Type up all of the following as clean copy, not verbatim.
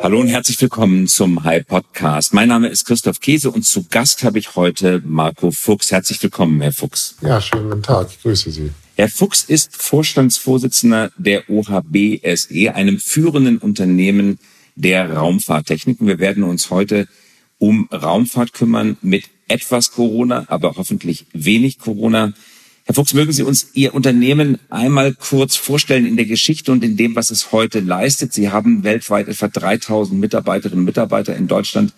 Hallo und herzlich willkommen zum Hi Podcast. Mein Name ist Christoph Käse und zu Gast habe ich heute Marco Fuchs. Herzlich willkommen, Herr Fuchs. Ja, schönen guten Tag. Ich grüße Sie. Herr Fuchs ist Vorstandsvorsitzender der OHB SE, einem führenden Unternehmen der Raumfahrttechnik. Wir werden uns heute um Raumfahrt kümmern mit etwas Corona, aber hoffentlich wenig Corona. Herr Fuchs, mögen Sie uns Ihr Unternehmen einmal kurz vorstellen in der Geschichte und in dem, was es heute leistet? Sie haben weltweit etwa 3.000 Mitarbeiterinnen und Mitarbeiter, in Deutschland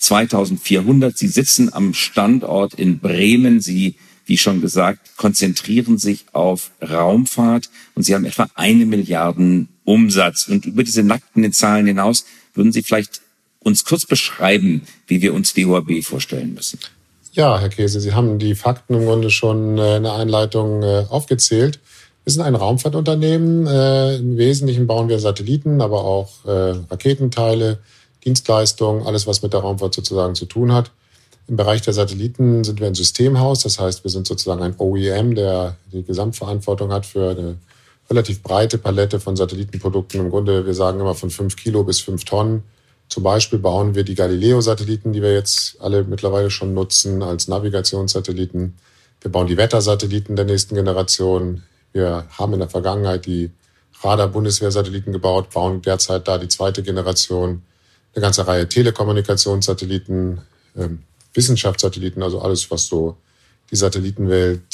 2.400. Sie sitzen am Standort in Bremen. Sie, wie schon gesagt, konzentrieren sich auf Raumfahrt und Sie haben etwa 1 Milliarde Umsatz. Und über diese nackten Zahlen hinaus würden Sie vielleicht uns kurz beschreiben, wie wir uns die OHB vorstellen müssen. Ja, Herr Käse, Sie haben die Fakten im Grunde schon in der Einleitung aufgezählt. Wir sind ein Raumfahrtunternehmen. Im Wesentlichen bauen wir Satelliten, aber auch Raketenteile, Dienstleistungen, alles, was mit der Raumfahrt sozusagen zu tun hat. Im Bereich der Satelliten sind wir ein Systemhaus. Das heißt, wir sind sozusagen ein OEM, der die Gesamtverantwortung hat für eine relativ breite Palette von Satellitenprodukten. Im Grunde, wir sagen immer von 5 Kilo bis 5 Tonnen. Zum Beispiel bauen wir die Galileo-Satelliten, die wir jetzt alle mittlerweile schon nutzen, als Navigationssatelliten. Wir bauen die Wettersatelliten der nächsten Generation. Wir haben in der Vergangenheit die Radar-Bundeswehr-Satelliten gebaut, bauen derzeit da die zweite Generation. Eine ganze Reihe Telekommunikationssatelliten, Wissenschaftssatelliten, also alles, was so die Satellitenwelt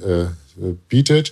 bietet.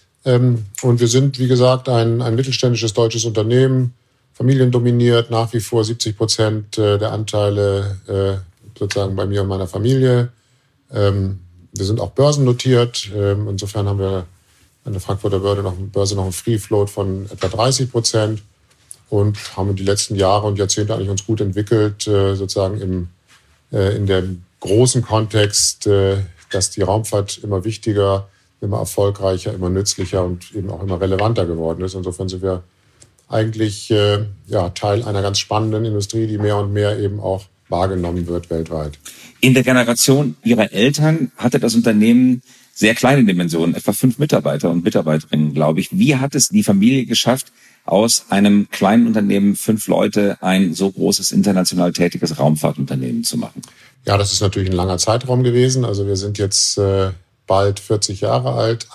Und wir sind, wie gesagt, ein mittelständisches deutsches Unternehmen, familiendominiert, nach wie vor 70% der Anteile sozusagen bei mir und meiner Familie. Wir sind auch börsennotiert. Insofern haben wir an der Frankfurter Börse noch einen Free Float von etwa 30% und haben die letzten Jahre und Jahrzehnte eigentlich uns gut entwickelt, sozusagen in dem großen Kontext, dass die Raumfahrt immer wichtiger, immer erfolgreicher, immer nützlicher und eben auch immer relevanter geworden ist. Insofern sind wir eigentlich Teil einer ganz spannenden Industrie, die mehr und mehr eben auch wahrgenommen wird weltweit. In der Generation Ihrer Eltern hatte das Unternehmen sehr kleine Dimensionen, etwa 5 Mitarbeiter und Mitarbeiterinnen, glaube ich. Wie hat es die Familie geschafft, aus einem kleinen Unternehmen 5 Leute ein so großes international tätiges Raumfahrtunternehmen zu machen? Ja, das ist natürlich ein langer Zeitraum gewesen. Also wir sind jetzt bald 40 Jahre alt,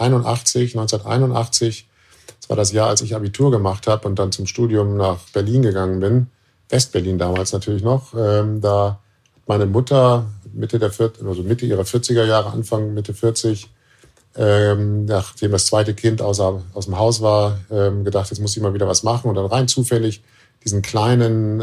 1981. Das war das Jahr, als ich Abitur gemacht habe und dann zum Studium nach Berlin gegangen bin. Westberlin damals natürlich noch. Da hat meine Mutter Mitte ihrer 40er Jahre, Anfang Mitte 40, nachdem das zweite Kind aus dem Haus war, gedacht, jetzt muss ich mal wieder was machen. Und dann rein zufällig diesen kleinen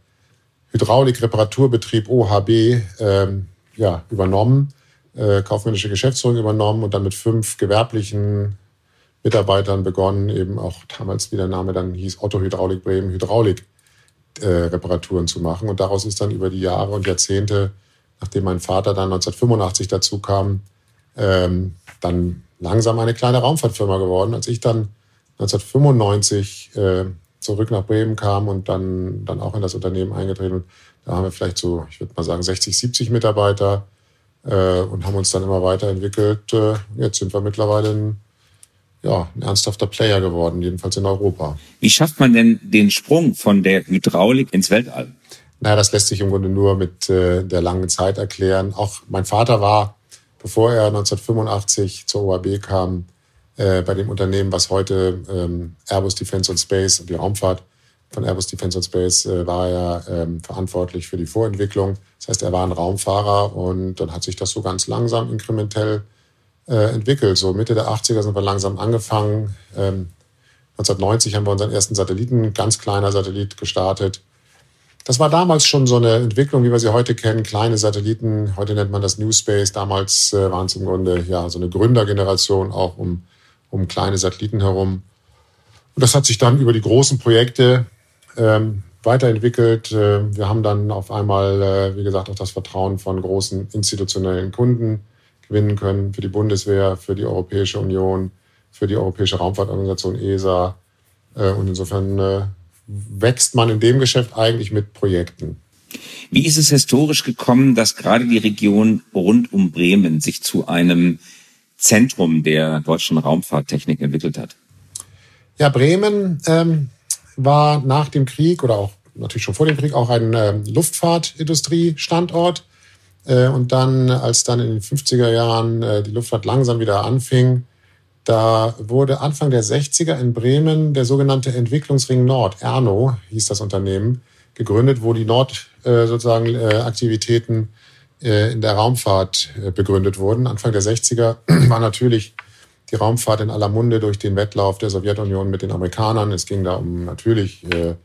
Hydraulik-Reparaturbetrieb OHB übernommen, kaufmännische Geschäftsführung übernommen und dann mit 5 gewerblichen Mitarbeitern begonnen, eben auch damals, wie der Name dann hieß, Otto Hydraulik Bremen, Hydraulik-Reparaturen zu machen. Und daraus ist dann über die Jahre und Jahrzehnte, nachdem mein Vater dann 1985 dazu kam, dann langsam eine kleine Raumfahrtfirma geworden. Als ich dann 1995 zurück nach Bremen kam und dann auch in das Unternehmen eingetreten bin, da haben wir vielleicht so, ich würde mal sagen, 60, 70 Mitarbeiter und haben uns dann immer weiterentwickelt. Jetzt sind wir mittlerweile ein ernsthafter Player geworden, jedenfalls in Europa. Wie schafft man denn den Sprung von der Hydraulik ins Weltall? Naja, das lässt sich im Grunde nur mit der langen Zeit erklären. Auch mein Vater war, bevor er 1985 zur OHB kam, bei dem Unternehmen, was heute Airbus Defence and Space, die Raumfahrt von Airbus Defence and Space, war er verantwortlich für die Vorentwicklung. Das heißt, er war ein Raumfahrer und dann hat sich das so ganz langsam inkrementell entwickelt. So Mitte der 80er sind wir langsam angefangen. 1990 haben wir unseren ersten Satelliten, ganz kleiner Satellit, gestartet. Das war damals schon so eine Entwicklung, wie wir sie heute kennen, kleine Satelliten. Heute nennt man das New Space. Damals waren es im Grunde so eine Gründergeneration auch um kleine Satelliten herum. Und das hat sich dann über die großen Projekte weiterentwickelt. Wir haben dann auf einmal, wie gesagt, auch das Vertrauen von großen institutionellen Kunden gewinnen können für die Bundeswehr, für die Europäische Union, für die Europäische Raumfahrtorganisation ESA. Und insofern wächst man in dem Geschäft eigentlich mit Projekten. Wie ist es historisch gekommen, dass gerade die Region rund um Bremen sich zu einem Zentrum der deutschen Raumfahrttechnik entwickelt hat? Ja, Bremen war nach dem Krieg oder auch natürlich schon vor dem Krieg auch ein Luftfahrtindustrie-Standort. Und dann, als dann in den 50er Jahren die Luftfahrt langsam wieder anfing, da wurde Anfang der 60er in Bremen der sogenannte Entwicklungsring Nord, ERNO hieß das Unternehmen, gegründet, wo die Aktivitäten in der Raumfahrt begründet wurden. Anfang der 60er war natürlich die Raumfahrt in aller Munde durch den Wettlauf der Sowjetunion mit den Amerikanern. Es ging da um natürlich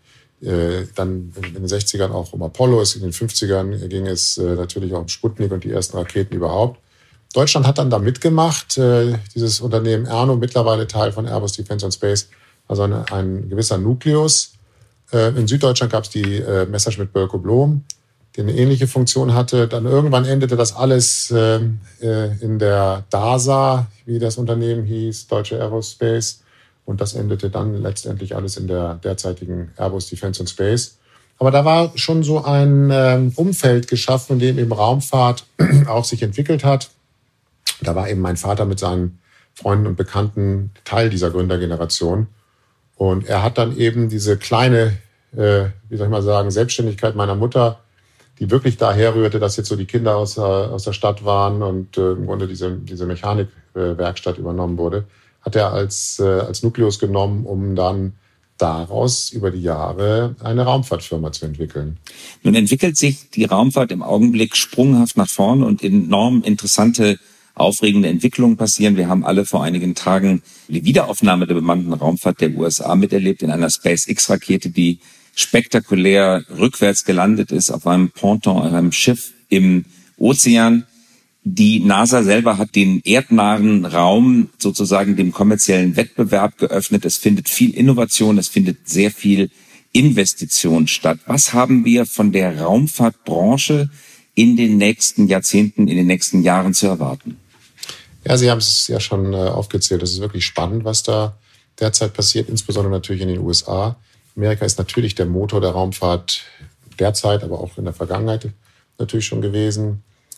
dann in den 60ern auch um Apollo. In den 50ern ging es natürlich auch um Sputnik und die ersten Raketen überhaupt. Deutschland hat dann da mitgemacht. Dieses Unternehmen ERNO, mittlerweile Teil von Airbus Defence and Space, also ein gewisser Nukleus. In Süddeutschland gab es die Messerschmitt Bölkow Blohm, die eine ähnliche Funktion hatte. Dann irgendwann endete das alles in der DASA, wie das Unternehmen hieß, Deutsche Aerospace. Und das endete dann letztendlich alles in der derzeitigen Airbus Defence and Space. Aber da war schon so ein Umfeld geschaffen, in dem eben Raumfahrt auch sich entwickelt hat. Da war eben mein Vater mit seinen Freunden und Bekannten Teil dieser Gründergeneration. Und er hat dann eben diese kleine, Selbstständigkeit meiner Mutter, die wirklich daher rührte, dass jetzt so die Kinder aus der Stadt waren und im Grunde diese Mechanikwerkstatt übernommen wurde, hat er als Nukleus genommen, um dann daraus über die Jahre eine Raumfahrtfirma zu entwickeln. Nun entwickelt sich die Raumfahrt im Augenblick sprunghaft nach vorne und enorm interessante, aufregende Entwicklungen passieren. Wir haben alle vor einigen Tagen die Wiederaufnahme der bemannten Raumfahrt der USA miterlebt in einer SpaceX-Rakete, die spektakulär rückwärts gelandet ist auf einem Ponton, auf einem Schiff im Ozean. Die NASA selber hat den erdnahen Raum sozusagen dem kommerziellen Wettbewerb geöffnet. Es findet viel Innovation, es findet sehr viel Investition statt. Was haben wir von der Raumfahrtbranche in den nächsten Jahrzehnten, in den nächsten Jahren zu erwarten? Ja, Sie haben es ja schon aufgezählt. Es ist wirklich spannend, was da derzeit passiert, insbesondere natürlich in den USA. Amerika ist natürlich der Motor der Raumfahrt derzeit, aber auch in der Vergangenheit natürlich schon gewesen.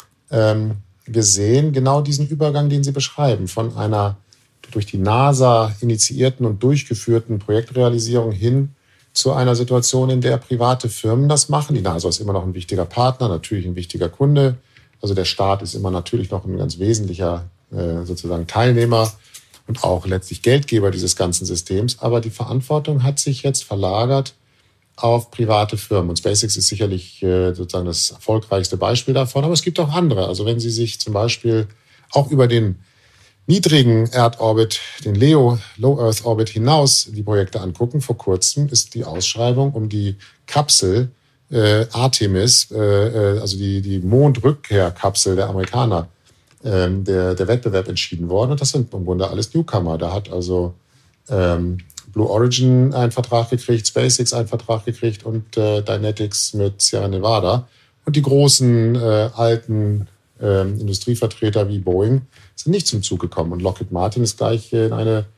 Wir sehen genau diesen Übergang, den Sie beschreiben, von einer durch die NASA initiierten und durchgeführten Projektrealisierung hin zu einer Situation, in der private Firmen das machen. Die NASA ist immer noch ein wichtiger Partner, natürlich ein wichtiger Kunde. Also der Staat ist immer natürlich noch ein ganz wesentlicher sozusagen Teilnehmer und auch letztlich Geldgeber dieses ganzen Systems. Aber die Verantwortung hat sich jetzt verlagert auf private Firmen. Und SpaceX ist sicherlich sozusagen das erfolgreichste Beispiel davon. Aber es gibt auch andere. Also wenn Sie sich zum Beispiel auch über den niedrigen Erdorbit, den Low Earth Orbit hinaus die Projekte angucken, vor kurzem ist die Ausschreibung um die Kapsel Artemis, also die Mondrückkehrkapsel der Amerikaner, der Wettbewerb entschieden worden. Und das sind im Grunde alles Newcomer. Da hat also Blue Origin einen Vertrag gekriegt, SpaceX einen Vertrag gekriegt und Dynetics mit Sierra Nevada. Und die großen alten Industrievertreter wie Boeing sind nicht zum Zug gekommen. Und Lockheed Martin ist gleich in eine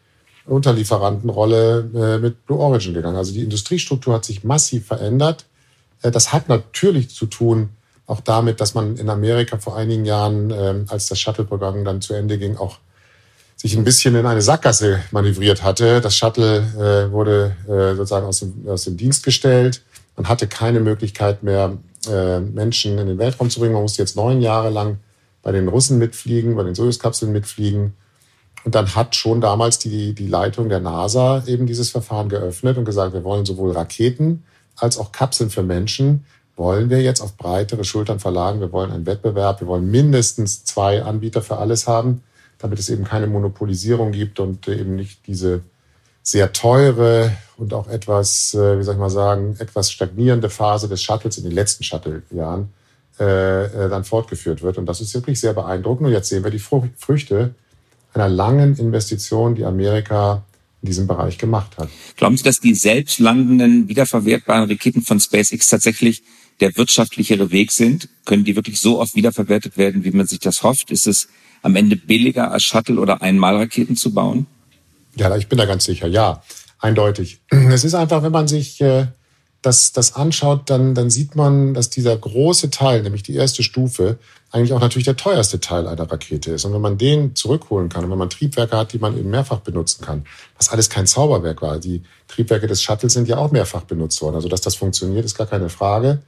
Unterlieferantenrolle mit Blue Origin gegangen. Also die Industriestruktur hat sich massiv verändert. Das hat natürlich zu tun auch damit, dass man in Amerika vor einigen Jahren, als das Shuttle-Programm dann zu Ende ging, auch sich ein bisschen in eine Sackgasse manövriert hatte. Das Shuttle wurde sozusagen aus dem Dienst gestellt. Man hatte keine Möglichkeit mehr, Menschen in den Weltraum zu bringen. Man musste jetzt 9 Jahre lang bei den Russen mitfliegen, bei den Soyuz-Kapseln mitfliegen. Und dann hat schon damals die Leitung der NASA eben dieses Verfahren geöffnet und gesagt, wir wollen sowohl Raketen als auch Kapseln für Menschen, wollen wir jetzt auf breitere Schultern verlagern. Wir wollen einen Wettbewerb, wir wollen mindestens 2 Anbieter für alles haben, damit es eben keine Monopolisierung gibt und eben nicht diese sehr teure und auch etwas, etwas stagnierende Phase des Shuttles in den letzten Shuttle-Jahren dann fortgeführt wird. Und das ist wirklich sehr beeindruckend. Und jetzt sehen wir die Früchte einer langen Investition, die Amerika in diesem Bereich gemacht hat. Glauben Sie, dass die selbst landenden, wiederverwertbaren Raketen von SpaceX tatsächlich der wirtschaftlichere Weg sind? Können die wirklich so oft wiederverwertet werden, wie man sich das hofft? Ist es am Ende billiger als Shuttle- oder Einmalraketen zu bauen? Ja, ich bin da ganz sicher. Ja, eindeutig. Es ist einfach, wenn man sich das anschaut, dann sieht man, dass dieser große Teil, nämlich die erste Stufe, eigentlich auch natürlich der teuerste Teil einer Rakete ist. Und wenn man den zurückholen kann und wenn man Triebwerke hat, die man eben mehrfach benutzen kann, was alles kein Zauberwerk war. Die Triebwerke des Shuttles sind ja auch mehrfach benutzt worden. Also dass das funktioniert, ist gar keine Frage.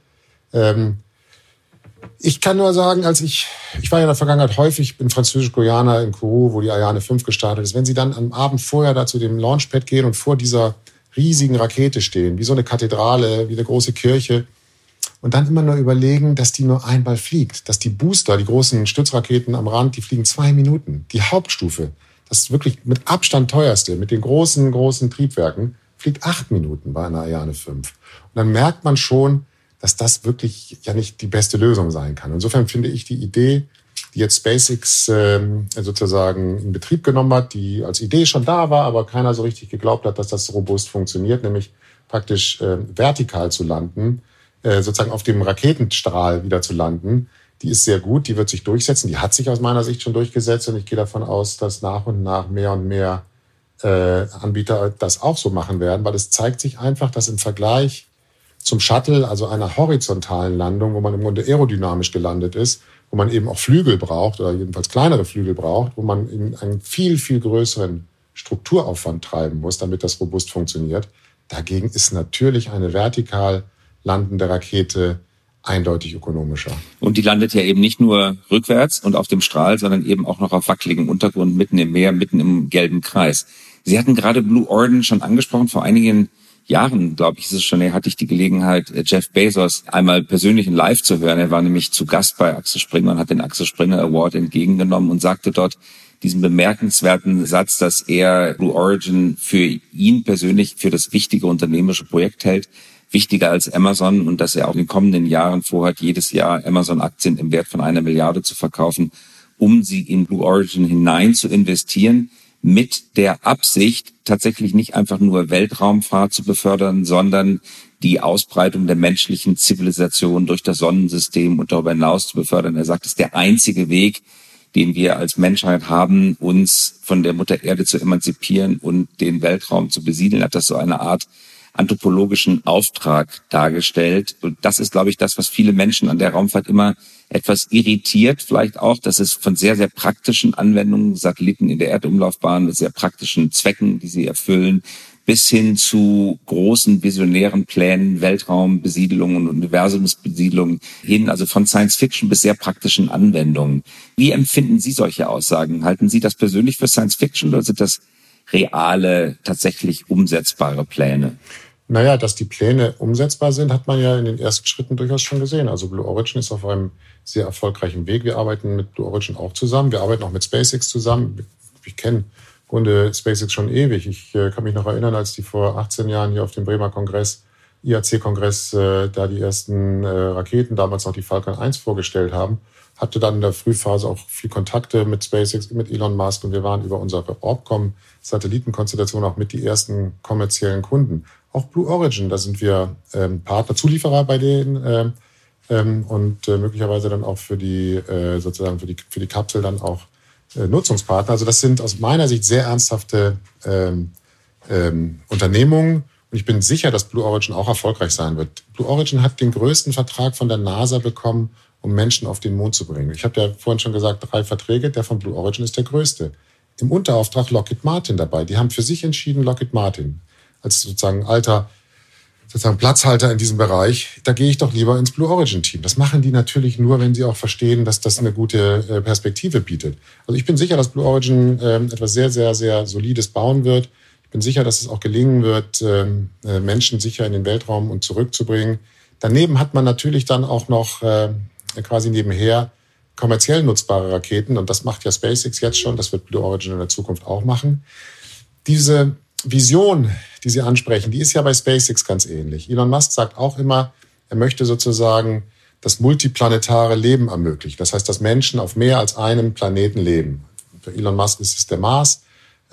Ich kann nur sagen, ich war ja in der Vergangenheit häufig in Französisch-Guyana, in Kourou, wo die Ariane 5 gestartet ist. Wenn Sie dann am Abend vorher da zu dem Launchpad gehen und vor dieser riesigen Rakete stehen, wie so eine Kathedrale, wie eine große Kirche, und dann immer nur überlegen, dass die nur einmal fliegt, dass die Booster, die großen Stützraketen am Rand, die fliegen 2 Minuten. Die Hauptstufe, das ist wirklich mit Abstand teuerste, mit den großen Triebwerken, fliegt 8 Minuten bei einer Ariane 5. Und dann merkt man schon, dass das wirklich ja nicht die beste Lösung sein kann. Insofern finde ich die Idee, die jetzt SpaceX sozusagen in Betrieb genommen hat, die als Idee schon da war, aber keiner so richtig geglaubt hat, dass das robust funktioniert, nämlich praktisch vertikal zu landen, sozusagen auf dem Raketenstrahl wieder zu landen, die ist sehr gut, die wird sich durchsetzen, die hat sich aus meiner Sicht schon durchgesetzt und ich gehe davon aus, dass nach und nach mehr und mehr Anbieter das auch so machen werden, weil es zeigt sich einfach, dass im Vergleich zum Shuttle, also einer horizontalen Landung, wo man im Grunde aerodynamisch gelandet ist, wo man eben auch Flügel braucht oder jedenfalls kleinere Flügel braucht, wo man eben einen viel, viel größeren Strukturaufwand treiben muss, damit das robust funktioniert. Dagegen ist natürlich eine vertikal landende Rakete eindeutig ökonomischer. Und die landet ja eben nicht nur rückwärts und auf dem Strahl, sondern eben auch noch auf wackeligem Untergrund, mitten im Meer, mitten im gelben Kreis. Sie hatten gerade Blue Origin schon angesprochen. Vor einigen Jahren, glaube ich, ist es schon, hatte ich die Gelegenheit, Jeff Bezos einmal persönlich in Live zu hören. Er war nämlich zu Gast bei Axel Springer und hat den Axel Springer Award entgegengenommen und sagte dort diesen bemerkenswerten Satz, dass er Blue Origin für ihn persönlich für das wichtige unternehmerische Projekt hält, wichtiger als Amazon, und dass er auch in den kommenden Jahren vorhat, jedes Jahr Amazon-Aktien im Wert von 1 Milliarde zu verkaufen, um sie in Blue Origin hinein zu investieren, mit der Absicht, tatsächlich nicht einfach nur Weltraumfahrt zu befördern, sondern die Ausbreitung der menschlichen Zivilisation durch das Sonnensystem und darüber hinaus zu befördern. Er sagt, es ist der einzige Weg, den wir als Menschheit haben, uns von der Mutter Erde zu emanzipieren und den Weltraum zu besiedeln. Er hat das so eine Art anthropologischen Auftrag dargestellt. Und das ist, glaube ich, das, was viele Menschen an der Raumfahrt immer etwas irritiert. Vielleicht auch, dass es von sehr, sehr praktischen Anwendungen, Satelliten in der Erdumlaufbahn, mit sehr praktischen Zwecken, die sie erfüllen, bis hin zu großen visionären Plänen, Weltraumbesiedelungen und Universumsbesiedelungen hin, also von Science Fiction bis sehr praktischen Anwendungen. Wie empfinden Sie solche Aussagen? Halten Sie das persönlich für Science Fiction oder sind das reale, tatsächlich umsetzbare Pläne? Naja, dass die Pläne umsetzbar sind, hat man ja in den ersten Schritten durchaus schon gesehen. Also Blue Origin ist auf einem sehr erfolgreichen Weg. Wir arbeiten mit Blue Origin auch zusammen. Wir arbeiten auch mit SpaceX zusammen. Ich kenne im Grunde SpaceX schon ewig. Ich kann mich noch erinnern, als die vor 18 Jahren hier auf dem Bremer Kongress, IAC-Kongress, da die ersten Raketen, damals noch die Falcon 1 vorgestellt haben, hatte dann in der Frühphase auch viel Kontakte mit SpaceX, mit Elon Musk, und wir waren über unsere Orbcomm-Satellitenkonstellation auch mit die ersten kommerziellen Kunden. Auch Blue Origin, da sind wir Partner, Zulieferer bei denen und möglicherweise dann auch für die sozusagen für die Kapsel dann auch Nutzungspartner. Also das sind aus meiner Sicht sehr ernsthafte Unternehmungen. Und ich bin sicher, dass Blue Origin auch erfolgreich sein wird. Blue Origin hat den größten Vertrag von der NASA bekommen, um Menschen auf den Mond zu bringen. Ich habe ja vorhin schon gesagt, 3 Verträge. Der von Blue Origin ist der größte. Im Unterauftrag Lockheed Martin dabei. Die haben für sich entschieden, Lockheed Martin als sozusagen Platzhalter in diesem Bereich, da gehe ich doch lieber ins Blue Origin Team. Das machen die natürlich nur, wenn sie auch verstehen, dass das eine gute Perspektive bietet. Also ich bin sicher, dass Blue Origin etwas sehr, sehr, sehr Solides bauen wird. Ich bin sicher, dass es auch gelingen wird, Menschen sicher in den Weltraum und zurückzubringen. Daneben hat man natürlich dann auch noch quasi nebenher kommerziell nutzbare Raketen, und das macht ja SpaceX jetzt schon, das wird Blue Origin in der Zukunft auch machen. Diese Vision, die Sie ansprechen, die ist ja bei SpaceX ganz ähnlich. Elon Musk sagt auch immer, er möchte sozusagen das multiplanetare Leben ermöglichen. Das heißt, dass Menschen auf mehr als einem Planeten leben. Für Elon Musk ist es der Mars.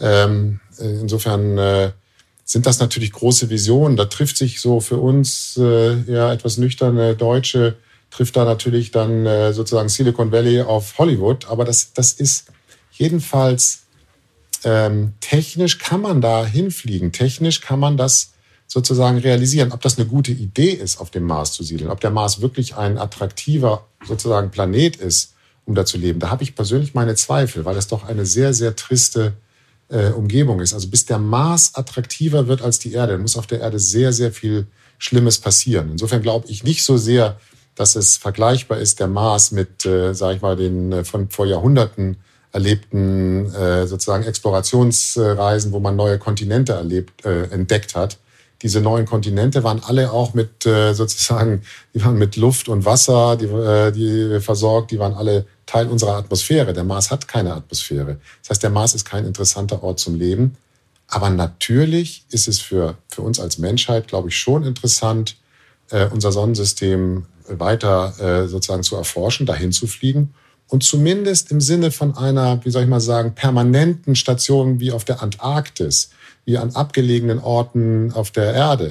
Insofern sind das natürlich große Visionen. Da trifft sich so für uns ja etwas nüchterne Deutsche, trifft da natürlich dann sozusagen Silicon Valley auf Hollywood. Aber das ist jedenfalls technisch kann man da hinfliegen. Technisch kann man das sozusagen realisieren, ob das eine gute Idee ist, auf dem Mars zu siedeln, ob der Mars wirklich ein attraktiver sozusagen Planet ist, um da zu leben. Da habe ich persönlich meine Zweifel, weil es doch eine sehr, sehr triste Umgebung ist. Also bis der Mars attraktiver wird als die Erde, muss auf der Erde sehr, sehr viel Schlimmes passieren. Insofern glaube ich nicht so sehr, dass es vergleichbar ist, der Mars mit, sage ich mal, den von vor Jahrhunderten erlebten sozusagen Explorationsreisen, wo man neue Kontinente entdeckt hat. Diese neuen Kontinente waren alle auch mit sozusagen, die waren mit Luft und Wasser, die versorgt, die waren alle Teil unserer Atmosphäre. Der Mars hat keine Atmosphäre. Das heißt, der Mars ist kein interessanter Ort zum Leben. Aber natürlich ist es für uns als Menschheit, glaube ich, schon interessant, unser Sonnensystem weiter sozusagen zu erforschen, dahin zu fliegen und zumindest im Sinne von einer, wie soll ich mal sagen, permanenten Station wie auf der Antarktis, wie an abgelegenen Orten auf der Erde.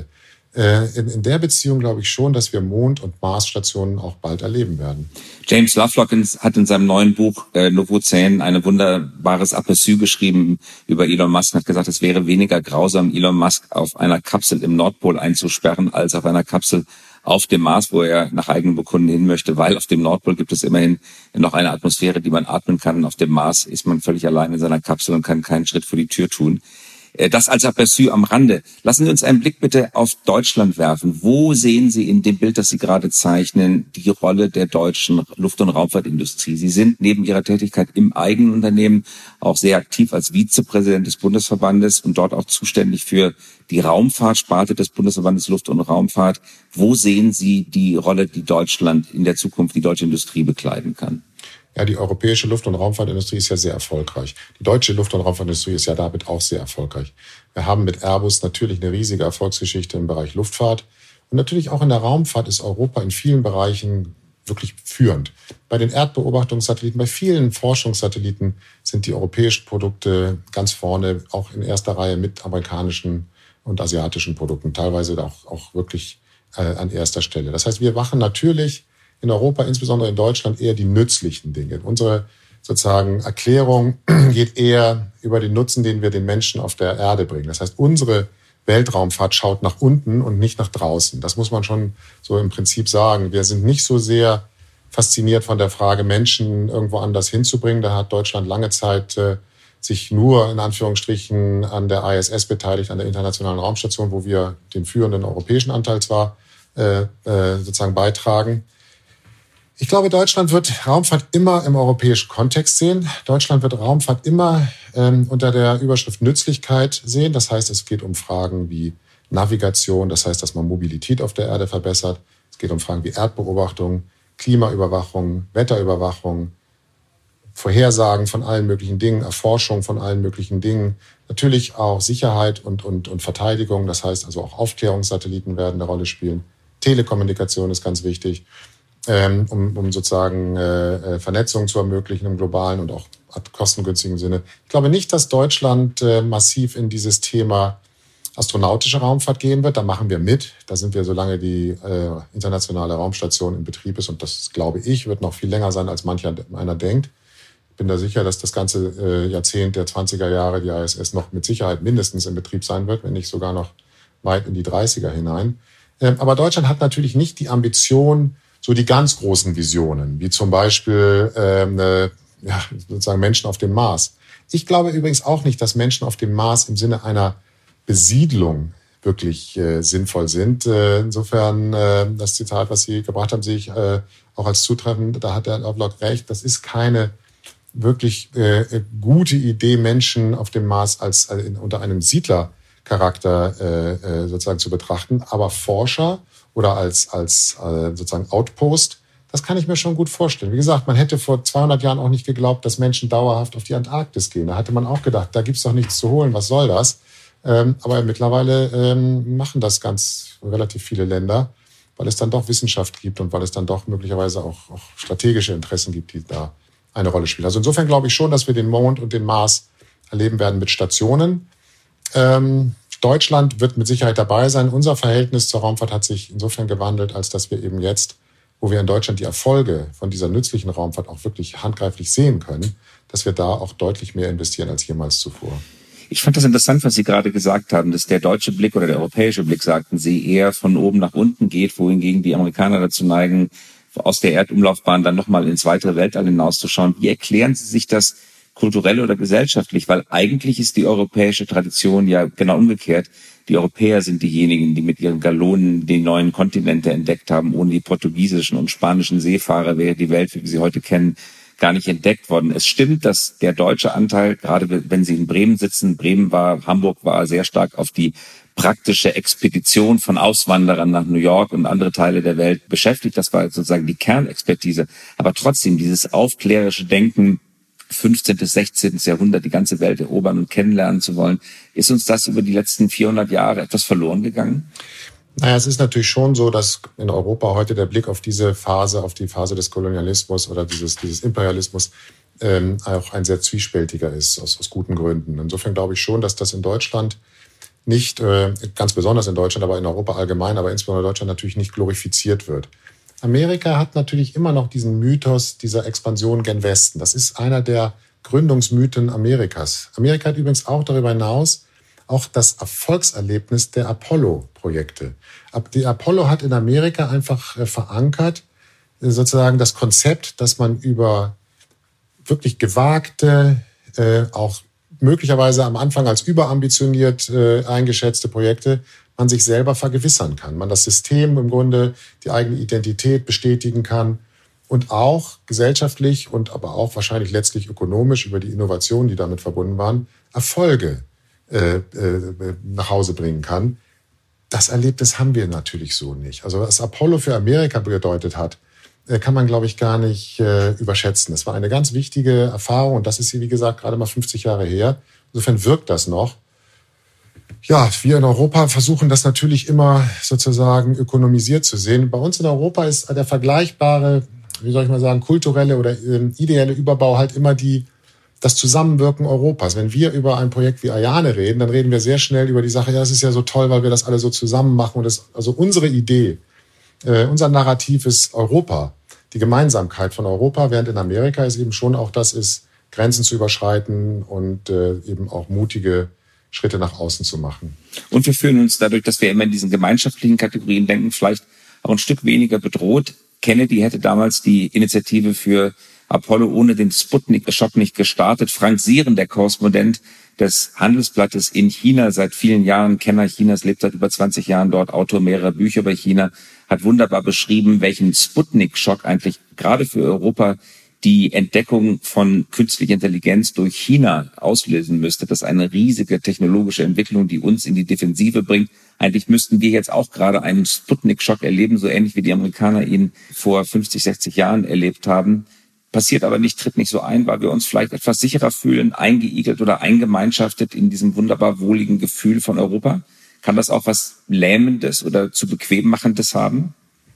In der Beziehung glaube ich schon, dass wir Mond- und Marsstationen auch bald erleben werden. James Lovelock hat in seinem neuen Buch Novozän ein wunderbares Aperçu geschrieben über Elon Musk und hat gesagt, es wäre weniger grausam, Elon Musk auf einer Kapsel im Nordpol einzusperren, als auf einer Kapsel auf dem Mars, wo er nach eigenem Bekunden hin möchte, weil auf dem Nordpol gibt es immerhin noch eine Atmosphäre, die man atmen kann. Auf dem Mars ist man völlig allein in seiner Kapsel und kann keinen Schritt vor die Tür tun. Das als Aperçu am Rande. Lassen Sie uns einen Blick bitte auf Deutschland werfen. Wo sehen Sie in dem Bild, das Sie gerade zeichnen, die Rolle der deutschen Luft- und Raumfahrtindustrie? Sie sind neben Ihrer Tätigkeit im eigenen Unternehmen auch sehr aktiv als Vizepräsident des Bundesverbandes und dort auch zuständig für die Raumfahrtsparte des Bundesverbandes Luft- und Raumfahrt. Wo sehen Sie die Rolle, die Deutschland in der Zukunft, die deutsche Industrie bekleiden kann? Ja, die europäische Luft- und Raumfahrtindustrie ist ja sehr erfolgreich. Die deutsche Luft- und Raumfahrtindustrie ist ja damit auch sehr erfolgreich. Wir haben mit Airbus natürlich eine riesige Erfolgsgeschichte im Bereich Luftfahrt. Und natürlich auch in der Raumfahrt ist Europa in vielen Bereichen wirklich führend. Bei den Erdbeobachtungssatelliten, bei vielen Forschungssatelliten sind die europäischen Produkte ganz vorne, auch in erster Reihe mit amerikanischen und asiatischen Produkten, teilweise auch wirklich an erster Stelle. Das heißt, wir machen natürlich in Europa, insbesondere in Deutschland, eher die nützlichen Dinge. Unsere sozusagen Erklärung geht eher über den Nutzen, den wir den Menschen auf der Erde bringen. Das heißt, unsere Weltraumfahrt schaut nach unten und nicht nach draußen. Das muss man schon so im Prinzip sagen. Wir sind nicht so sehr fasziniert von der Frage, Menschen irgendwo anders hinzubringen. Da hat Deutschland lange Zeit sich nur in Anführungsstrichen an der ISS beteiligt, an der Internationalen Raumstation, wo wir den führenden europäischen Anteil zwar sozusagen beitragen. Ich glaube, Deutschland wird Raumfahrt immer im europäischen Kontext sehen. Deutschland wird Raumfahrt immer unter der Überschrift Nützlichkeit sehen. Das heißt, es geht um Fragen wie Navigation, das heißt, dass man Mobilität auf der Erde verbessert. Es geht um Fragen wie Erdbeobachtung, Klimaüberwachung, Wetterüberwachung, Vorhersagen von allen möglichen Dingen, Erforschung von allen möglichen Dingen. Natürlich auch Sicherheit und Verteidigung. Das heißt also auch Aufklärungssatelliten werden eine Rolle spielen. Telekommunikation ist ganz wichtig. Um sozusagen Vernetzung zu ermöglichen im globalen und auch kostengünstigen Sinne. Ich glaube nicht, dass Deutschland massiv in dieses Thema astronautische Raumfahrt gehen wird. Da machen wir mit. Da sind wir, solange die internationale Raumstation in Betrieb ist. Und das, glaube ich, wird noch viel länger sein, als einer denkt. Ich bin da sicher, dass das ganze Jahrzehnt der 20er Jahre die ISS noch mit Sicherheit mindestens in Betrieb sein wird, wenn nicht sogar noch weit in die 30er hinein. Aber Deutschland hat natürlich nicht die Ambition, so die ganz großen Visionen, wie zum Beispiel sozusagen Menschen auf dem Mars. Ich glaube übrigens auch nicht, dass Menschen auf dem Mars im Sinne einer Besiedlung wirklich sinnvoll sind. Insofern das Zitat, was Sie gebracht haben, sehe ich auch als zutreffend. Da hat der Lovelock recht. Das ist keine wirklich gute Idee, Menschen auf dem Mars unter einem Siedlercharakter sozusagen zu betrachten. Aber Forscher oder als sozusagen Outpost, das kann ich mir schon gut vorstellen. Wie gesagt, man hätte vor 200 Jahren auch nicht geglaubt, dass Menschen dauerhaft auf die Antarktis gehen. Da hatte man auch gedacht, da gibt's doch nichts zu holen, was soll das? Aber mittlerweile machen das relativ viele Länder, weil es dann doch Wissenschaft gibt und weil es dann doch möglicherweise auch strategische Interessen gibt, die da eine Rolle spielen. Also insofern glaube ich schon, dass wir den Mond und den Mars erleben werden mit Stationen. Deutschland wird mit Sicherheit dabei sein. Unser Verhältnis zur Raumfahrt hat sich insofern gewandelt, als dass wir eben jetzt, wo wir in Deutschland die Erfolge von dieser nützlichen Raumfahrt auch wirklich handgreiflich sehen können, dass wir da auch deutlich mehr investieren als jemals zuvor. Ich fand das interessant, was Sie gerade gesagt haben, dass der deutsche Blick oder der europäische Blick, sagten Sie, eher von oben nach unten geht, wohingegen die Amerikaner dazu neigen, aus der Erdumlaufbahn dann nochmal ins weitere Weltall hinauszuschauen. Wie erklären Sie sich das kulturell oder gesellschaftlich? Weil eigentlich ist die europäische Tradition ja genau umgekehrt. Die Europäer sind diejenigen, die mit ihren Galonen die neuen Kontinente entdeckt haben. Ohne die portugiesischen und spanischen Seefahrer wäre die Welt, wie wir sie heute kennen, gar nicht entdeckt worden. Es stimmt, dass der deutsche Anteil, gerade wenn Sie in Bremen sitzen, Hamburg war sehr stark auf die praktische Expedition von Auswanderern nach New York und andere Teile der Welt beschäftigt. Das war sozusagen die Kernexpertise. Aber trotzdem dieses aufklärerische Denken, 15. bis 16. Jahrhundert die ganze Welt erobern und kennenlernen zu wollen, ist uns das über die letzten 400 Jahre etwas verloren gegangen? Naja, es ist natürlich schon so, dass in Europa heute der Blick auf diese Phase, auf die Phase des Kolonialismus oder dieses Imperialismus auch ein sehr zwiespältiger ist, aus guten Gründen. Insofern glaube ich schon, dass das in Deutschland nicht, ganz besonders in Deutschland, aber in Europa allgemein, aber insbesondere in Deutschland natürlich nicht glorifiziert wird. Amerika hat natürlich immer noch diesen Mythos dieser Expansion gen Westen. Das ist einer der Gründungsmythen Amerikas. Amerika hat übrigens auch darüber hinaus auch das Erfolgserlebnis der Apollo-Projekte. Die Apollo hat in Amerika einfach verankert, sozusagen das Konzept, dass man über wirklich gewagte, auch möglicherweise am Anfang als überambitioniert eingeschätzte Projekte, man sich selber vergewissern kann. Man das System im Grunde, die eigene Identität bestätigen kann und auch gesellschaftlich und aber auch wahrscheinlich letztlich ökonomisch über die Innovationen, die damit verbunden waren, Erfolge nach Hause bringen kann. Das Erlebnis haben wir natürlich so nicht. Also was Apollo für Amerika bedeutet hat, kann man, glaube ich, gar nicht überschätzen. Das war eine ganz wichtige Erfahrung und das ist, wie gesagt, gerade mal 50 Jahre her. Insofern wirkt das noch. Ja, wir in Europa versuchen das natürlich immer sozusagen ökonomisiert zu sehen. Bei uns in Europa ist der vergleichbare, wie soll ich mal sagen, kulturelle oder ideelle Überbau halt immer das Zusammenwirken Europas. Wenn wir über ein Projekt wie Ariane reden, dann reden wir sehr schnell über die Sache, ja, das ist ja so toll, weil wir das alle so zusammen machen. Und also unsere Idee, unser Narrativ ist Europa, die Gemeinsamkeit von Europa, während in Amerika es eben schon auch das ist, Grenzen zu überschreiten und eben auch mutige Schritte nach außen zu machen. Und wir fühlen uns dadurch, dass wir immer in diesen gemeinschaftlichen Kategorien denken, vielleicht auch ein Stück weniger bedroht. Kennedy hätte damals die Initiative für Apollo ohne den Sputnik-Schock nicht gestartet. Frank Sieren, der Korrespondent des Handelsblattes in China, seit vielen Jahren Kenner Chinas, lebt seit über 20 Jahren dort, Autor mehrerer Bücher über China, hat wunderbar beschrieben, welchen Sputnik-Schock eigentlich gerade für Europa die Entdeckung von künstlicher Intelligenz durch China auslösen müsste. Das ist eine riesige technologische Entwicklung, die uns in die Defensive bringt. Eigentlich müssten wir jetzt auch gerade einen Sputnik-Schock erleben, so ähnlich wie die Amerikaner ihn vor 50, 60 Jahren erlebt haben. Passiert aber nicht, tritt nicht so ein, weil wir uns vielleicht etwas sicherer fühlen, eingeigelt oder eingemeinschaftet in diesem wunderbar wohligen Gefühl von Europa. Kann das auch was Lähmendes oder zu bequem machendes haben?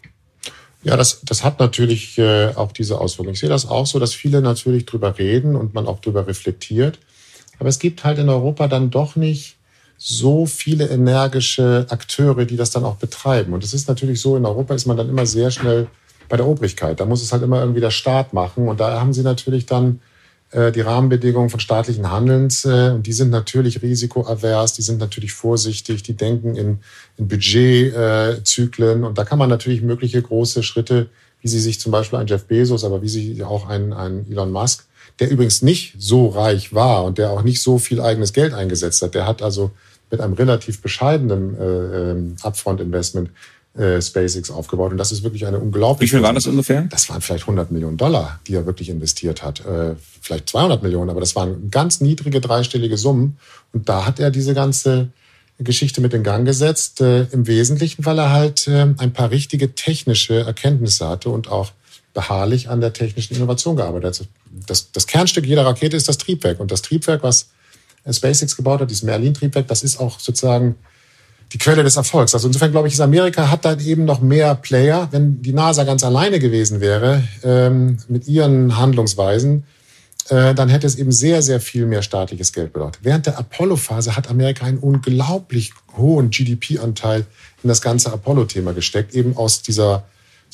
Ja, das hat natürlich auch diese Auswirkungen. Ich sehe das auch so, dass viele natürlich drüber reden und man auch drüber reflektiert. Aber es gibt halt in Europa dann doch nicht so viele energische Akteure, die das dann auch betreiben. Und es ist natürlich so, in Europa ist man dann immer sehr schnell bei der Obrigkeit. Da muss es halt immer irgendwie der Staat machen. Und da haben sie natürlich dann die Rahmenbedingungen von staatlichen Handelns. Und die sind natürlich risikoavers, die sind natürlich vorsichtig, die denken in Budgetzyklen. Und da kann man natürlich mögliche große Schritte, wie sie sich zum Beispiel ein Jeff Bezos, aber wie sie auch ein Elon Musk, der übrigens nicht so reich war und der auch nicht so viel eigenes Geld eingesetzt hat. Der hat also mit einem relativ bescheidenen Upfront-Investment SpaceX aufgebaut. Und das ist wirklich eine unglaubliche... Wie viel war das ungefähr? Das waren vielleicht $100 Millionen, die er wirklich investiert hat. Vielleicht 200 Millionen, aber das waren ganz niedrige dreistellige Summen. Und da hat er diese ganze Geschichte mit in Gang gesetzt. Im Wesentlichen, weil er halt ein paar richtige technische Erkenntnisse hatte und auch beharrlich an der technischen Innovation gearbeitet hat. Das Kernstück jeder Rakete ist das Triebwerk. Und das Triebwerk, was SpaceX gebaut hat, dieses Merlin-Triebwerk, das ist auch sozusagen die Quelle des Erfolgs. Also insofern glaube ich, Amerika hat dann eben noch mehr Player. Wenn die NASA ganz alleine gewesen wäre mit ihren Handlungsweisen, dann hätte es eben sehr, sehr viel mehr staatliches Geld bedeutet. Während der Apollo-Phase hat Amerika einen unglaublich hohen GDP-Anteil in das ganze Apollo-Thema gesteckt, eben aus diesem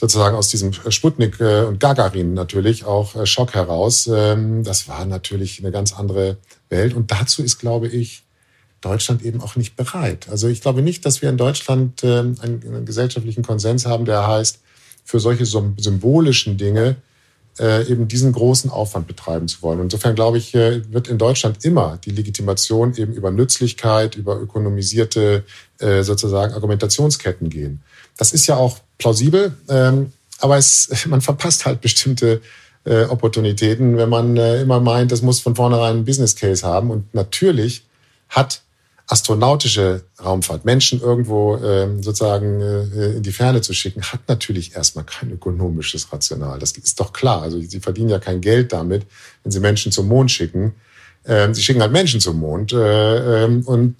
Sputnik und Gagarin natürlich auch Schock heraus. Das war natürlich eine ganz andere Welt. Und dazu ist, glaube ich, Deutschland eben auch nicht bereit. Also ich glaube nicht, dass wir in Deutschland einen gesellschaftlichen Konsens haben, der heißt, für solche symbolischen Dinge eben diesen großen Aufwand betreiben zu wollen. Insofern, glaube ich, wird in Deutschland immer die Legitimation eben über Nützlichkeit, über ökonomisierte sozusagen Argumentationsketten gehen. Das ist ja auch plausibel, aber man verpasst halt bestimmte Opportunitäten, wenn man immer meint, das muss von vornherein einen Business Case haben. Und natürlich hat astronautische Raumfahrt, Menschen irgendwo sozusagen in die Ferne zu schicken, hat natürlich erstmal kein ökonomisches Rational. Das ist doch klar. Also sie verdienen ja kein Geld damit, wenn sie Menschen zum Mond schicken. Sie schicken halt Menschen zum Mond und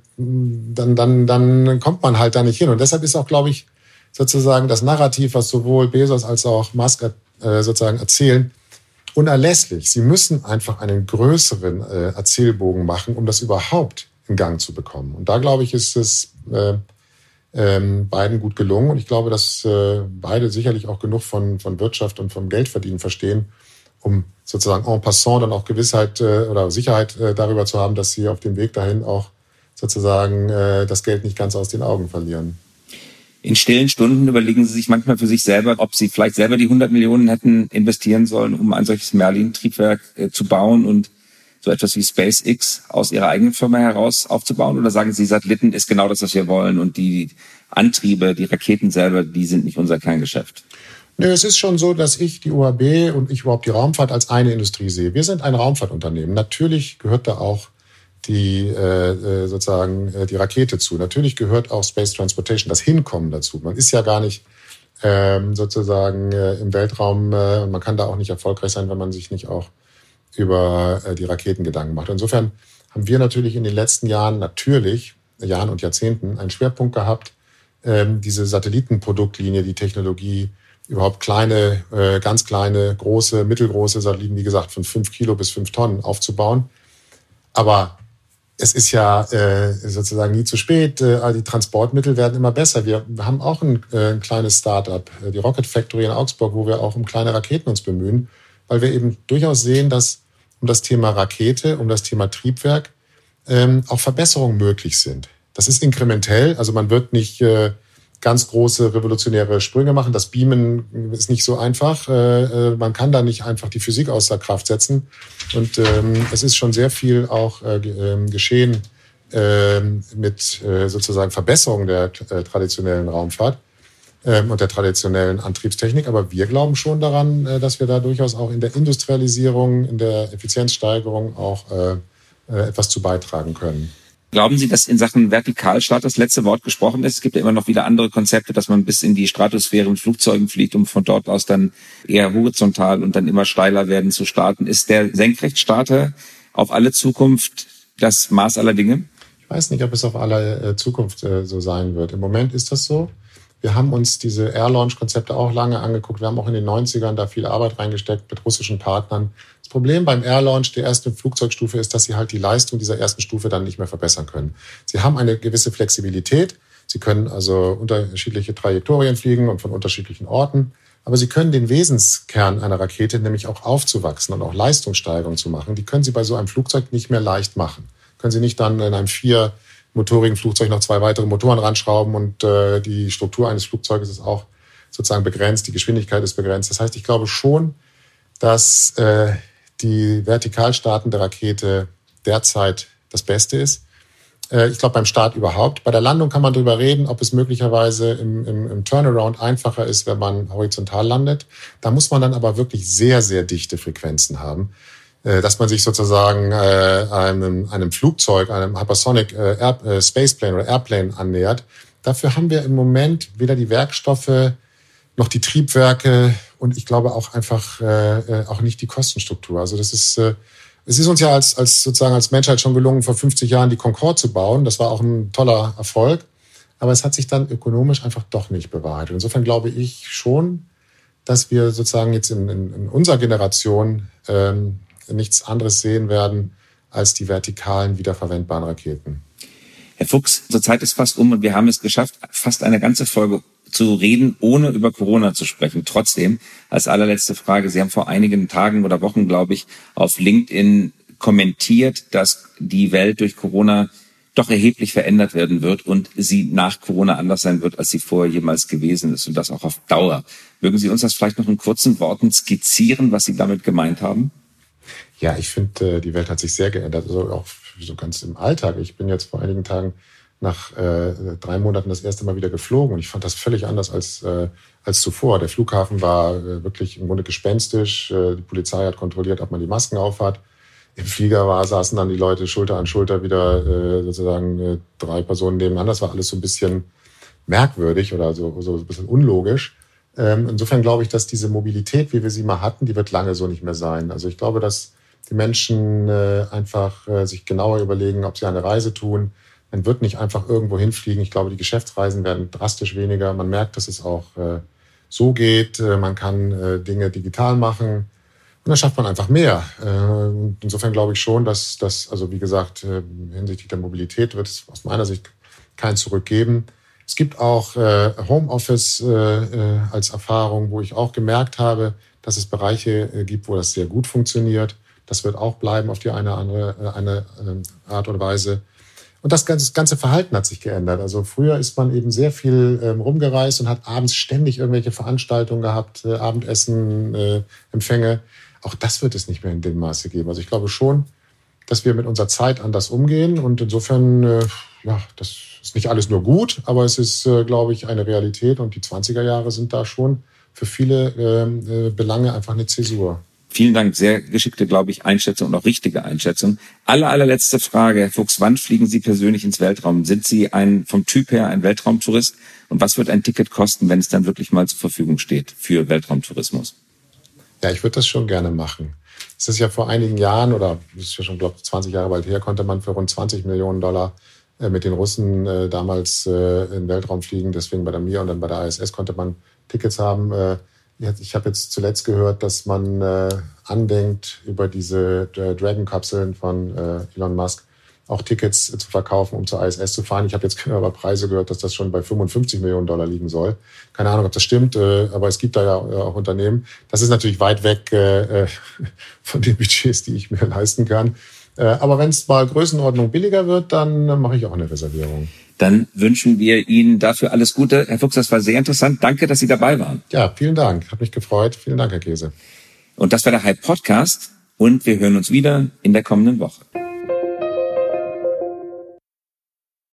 dann kommt man halt da nicht hin. Und deshalb ist auch, glaube ich, sozusagen das Narrativ, was sowohl Bezos als auch Musk sozusagen erzählen, unerlässlich. Sie müssen einfach einen größeren Erzählbogen machen, um das überhaupt in Gang zu bekommen. Und da, glaube ich, ist es beiden gut gelungen. Und ich glaube, dass beide sicherlich auch genug von Wirtschaft und vom Geldverdienen verstehen, um sozusagen en passant dann auch Gewissheit oder Sicherheit darüber zu haben, dass sie auf dem Weg dahin auch sozusagen das Geld nicht ganz aus den Augen verlieren. In stillen Stunden überlegen Sie sich manchmal für sich selber, ob Sie vielleicht selber die 100 Millionen hätten investieren sollen, um ein solches Merlin-Triebwerk zu bauen und so etwas wie SpaceX aus Ihrer eigenen Firma heraus aufzubauen? Oder sagen Sie, Satelliten ist genau das, was wir wollen und die Antriebe, die Raketen selber, die sind nicht unser Kerngeschäft? Nö, es ist schon so, dass ich die OHB und ich überhaupt die Raumfahrt als eine Industrie sehe. Wir sind ein Raumfahrtunternehmen. Natürlich gehört da auch die Rakete zu. Natürlich gehört auch Space Transportation, das Hinkommen dazu. Man ist ja gar nicht sozusagen im Weltraum und man kann da auch nicht erfolgreich sein, wenn man sich nicht auch über die Raketen Gedanken macht. Insofern haben wir natürlich in den letzten Jahren und Jahrzehnten einen Schwerpunkt gehabt, diese Satellitenproduktlinie, die Technologie, überhaupt kleine, ganz kleine, große, mittelgroße Satelliten, wie gesagt, von 5 Kilo bis 5 Tonnen aufzubauen. Aber es ist ja sozusagen nie zu spät. Die Transportmittel werden immer besser. Wir haben auch ein kleines Start-up, die Rocket Factory in Augsburg, wo wir auch um kleine Raketen uns bemühen, weil wir eben durchaus sehen, dass um das Thema Rakete, um das Thema Triebwerk auch Verbesserungen möglich sind. Das ist inkrementell, also man wird nicht ganz große revolutionäre Sprünge machen. Das Beamen ist nicht so einfach. Man kann da nicht einfach die Physik außer Kraft setzen. Und es ist schon sehr viel auch geschehen mit sozusagen Verbesserung der traditionellen Raumfahrt und der traditionellen Antriebstechnik. Aber wir glauben schon daran, dass wir da durchaus auch in der Industrialisierung, in der Effizienzsteigerung auch etwas zu beitragen können. Glauben Sie, dass in Sachen Vertikalstart das letzte Wort gesprochen ist? Es gibt ja immer noch wieder andere Konzepte, dass man bis in die Stratosphäre mit Flugzeugen fliegt, um von dort aus dann eher horizontal und dann immer steiler werden zu starten. Ist der Senkrechtstarter auf alle Zukunft das Maß aller Dinge? Ich weiß nicht, ob es auf alle Zukunft so sein wird. Im Moment ist das so. Wir haben uns diese Air-Launch-Konzepte auch lange angeguckt. Wir haben auch in den 90ern da viel Arbeit reingesteckt mit russischen Partnern. Das Problem beim Air-Launch der ersten Flugzeugstufe ist, dass sie halt die Leistung dieser ersten Stufe dann nicht mehr verbessern können. Sie haben eine gewisse Flexibilität. Sie können also unterschiedliche Trajektorien fliegen und von unterschiedlichen Orten. Aber sie können den Wesenskern einer Rakete, nämlich auch aufzuwachsen und auch Leistungssteigerung zu machen, die können sie bei so einem Flugzeug nicht mehr leicht machen. Können sie nicht dann in einem 4-motorigen Flugzeug noch 2 weitere Motoren ranschrauben und die Struktur eines Flugzeuges ist auch sozusagen begrenzt, die Geschwindigkeit ist begrenzt. Das heißt, ich glaube schon, dass die vertikal startende Rakete derzeit das Beste ist. Ich glaube, beim Start überhaupt. Bei der Landung kann man darüber reden, ob es möglicherweise im Turnaround einfacher ist, wenn man horizontal landet. Da muss man dann aber wirklich sehr, sehr dichte Frequenzen haben, dass man sich sozusagen einem Flugzeug, einem Hypersonic Spaceplane oder Airplane annähert. Dafür haben wir im Moment weder die Werkstoffe noch die Triebwerke und ich glaube auch einfach auch nicht die Kostenstruktur. Also das ist es ist uns ja als Menschheit schon gelungen, vor 50 Jahren die Concorde zu bauen. Das war auch ein toller Erfolg. Aber es hat sich dann ökonomisch einfach doch nicht bewahrheitet. Insofern glaube ich schon, dass wir sozusagen jetzt in unserer Generation nichts anderes sehen werden als die vertikalen, wiederverwendbaren Raketen. Herr Fuchs, zur Zeit ist fast um und wir haben es geschafft, fast eine ganze Folge zu reden, ohne über Corona zu sprechen. Trotzdem, als allerletzte Frage, Sie haben vor einigen Tagen oder Wochen, glaube ich, auf LinkedIn kommentiert, dass die Welt durch Corona doch erheblich verändert werden wird und sie nach Corona anders sein wird, als sie vorher jemals gewesen ist und das auch auf Dauer. Mögen Sie uns das vielleicht noch in kurzen Worten skizzieren, was Sie damit gemeint haben? Ja, ich finde, die Welt hat sich sehr geändert, also auch so ganz im Alltag. Ich bin jetzt vor einigen Tagen nach 3 Monaten das erste Mal wieder geflogen und ich fand das völlig anders als zuvor. Der Flughafen war wirklich im Grunde gespenstisch. Die Polizei hat kontrolliert, ob man die Masken aufhat. Im Flieger saßen dann die Leute Schulter an Schulter wieder sozusagen 3 Personen nebeneinander. Das war alles so ein bisschen merkwürdig oder so ein bisschen unlogisch. Insofern glaube ich, dass diese Mobilität, wie wir sie mal hatten, die wird lange so nicht mehr sein. Also ich glaube, dass die Menschen einfach sich genauer überlegen, ob sie eine Reise tun. Man wird nicht einfach irgendwo hinfliegen. Ich glaube, die Geschäftsreisen werden drastisch weniger. Man merkt, dass es auch so geht. Man kann Dinge digital machen. Und dann schafft man einfach mehr. Insofern glaube ich schon, dass das, also wie gesagt, hinsichtlich der Mobilität wird es aus meiner Sicht kein Zurück geben. Es gibt auch Homeoffice als Erfahrung, wo ich auch gemerkt habe, dass es Bereiche gibt, wo das sehr gut funktioniert. Das wird auch bleiben auf die eine Art und Weise. Und das ganze Verhalten hat sich geändert. Also früher ist man eben sehr viel rumgereist und hat abends ständig irgendwelche Veranstaltungen gehabt, Abendessen, Empfänge. Auch das wird es nicht mehr in dem Maße geben. Also ich glaube schon, dass wir mit unserer Zeit anders umgehen. Und insofern, das ist nicht alles nur gut, aber es ist, glaube ich, eine Realität. Und die 20er Jahre sind da schon für viele Belange einfach eine Zäsur. Vielen Dank, sehr geschickte, glaube ich, Einschätzung und auch richtige Einschätzung. Allerletzte Frage, Herr Fuchs, wann fliegen Sie persönlich ins Weltraum? Sind Sie vom Typ her ein Weltraumtourist? Und was wird ein Ticket kosten, wenn es dann wirklich mal zur Verfügung steht für Weltraumtourismus? Ja, ich würde das schon gerne machen. Es ist ja vor einigen Jahren, oder das ist ja schon, glaube ich, 20 Jahre bald her, konnte man für rund $20 Millionen mit den Russen damals in den Weltraum fliegen. Deswegen bei der Mir und dann bei der ISS konnte man Tickets haben. Ich habe jetzt zuletzt gehört, dass man andenkt, über diese Dragon-Kapseln von Elon Musk auch Tickets zu verkaufen, um zur ISS zu fahren. Ich habe jetzt über Preise gehört, dass das schon bei $55 Millionen liegen soll. Keine Ahnung, ob das stimmt, aber es gibt da ja auch Unternehmen. Das ist natürlich weit weg von den Budgets, die ich mir leisten kann. Aber wenn es mal Größenordnung billiger wird, dann mache ich auch eine Reservierung. Dann wünschen wir Ihnen dafür alles Gute. Herr Fuchs, das war sehr interessant. Danke, dass Sie dabei waren. Ja, vielen Dank. Hat mich gefreut. Vielen Dank, Herr Käse. Und das war der Hype Podcast. Und wir hören uns wieder in der kommenden Woche.